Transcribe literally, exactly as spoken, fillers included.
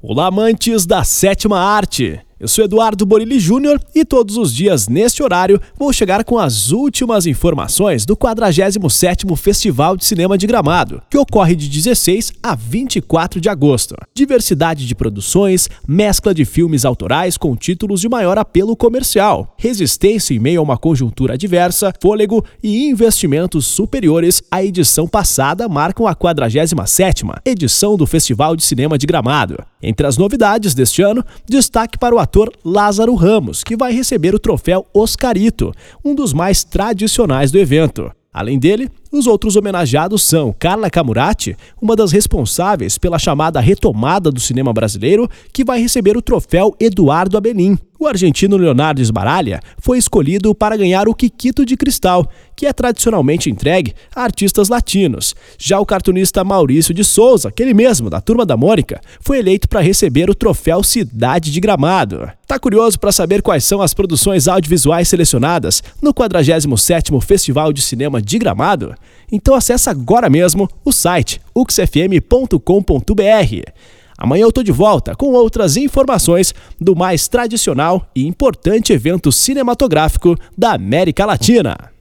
Olá, amantes da sétima arte! Eu sou Eduardo Borilli Júnior e todos os dias, neste horário, vou chegar com as últimas informações do quadragésimo sétimo Festival de Cinema de Gramado, que ocorre de dezesseis a vinte e quatro de agosto. Diversidade de produções, mescla de filmes autorais com títulos de maior apelo comercial, resistência em meio a uma conjuntura adversa, fôlego e investimentos superiores à edição passada marcam a quadragésima sétima edição do Festival de Cinema de Gramado. Entre as novidades deste ano, destaque para o ator Lázaro Ramos, que vai receber o troféu Oscarito, um dos mais tradicionais do evento. Além dele, os outros homenageados são Carla Camurati, uma das responsáveis pela chamada retomada do cinema brasileiro, que vai receber o troféu Eduardo Abelim. O argentino Leonardo Sbaraglia foi escolhido para ganhar o Quiquito de Cristal, que é tradicionalmente entregue a artistas latinos. Já o cartunista Maurício de Souza, aquele mesmo da Turma da Mônica, foi eleito para receber o troféu Cidade de Gramado. Tá curioso para saber quais são as produções audiovisuais selecionadas no quadragésimo sétimo Festival de Cinema de Gramado? Então acessa agora mesmo o site u x f m ponto com ponto b r. Amanhã eu tô de volta com outras informações do mais tradicional e importante evento cinematográfico da América Latina.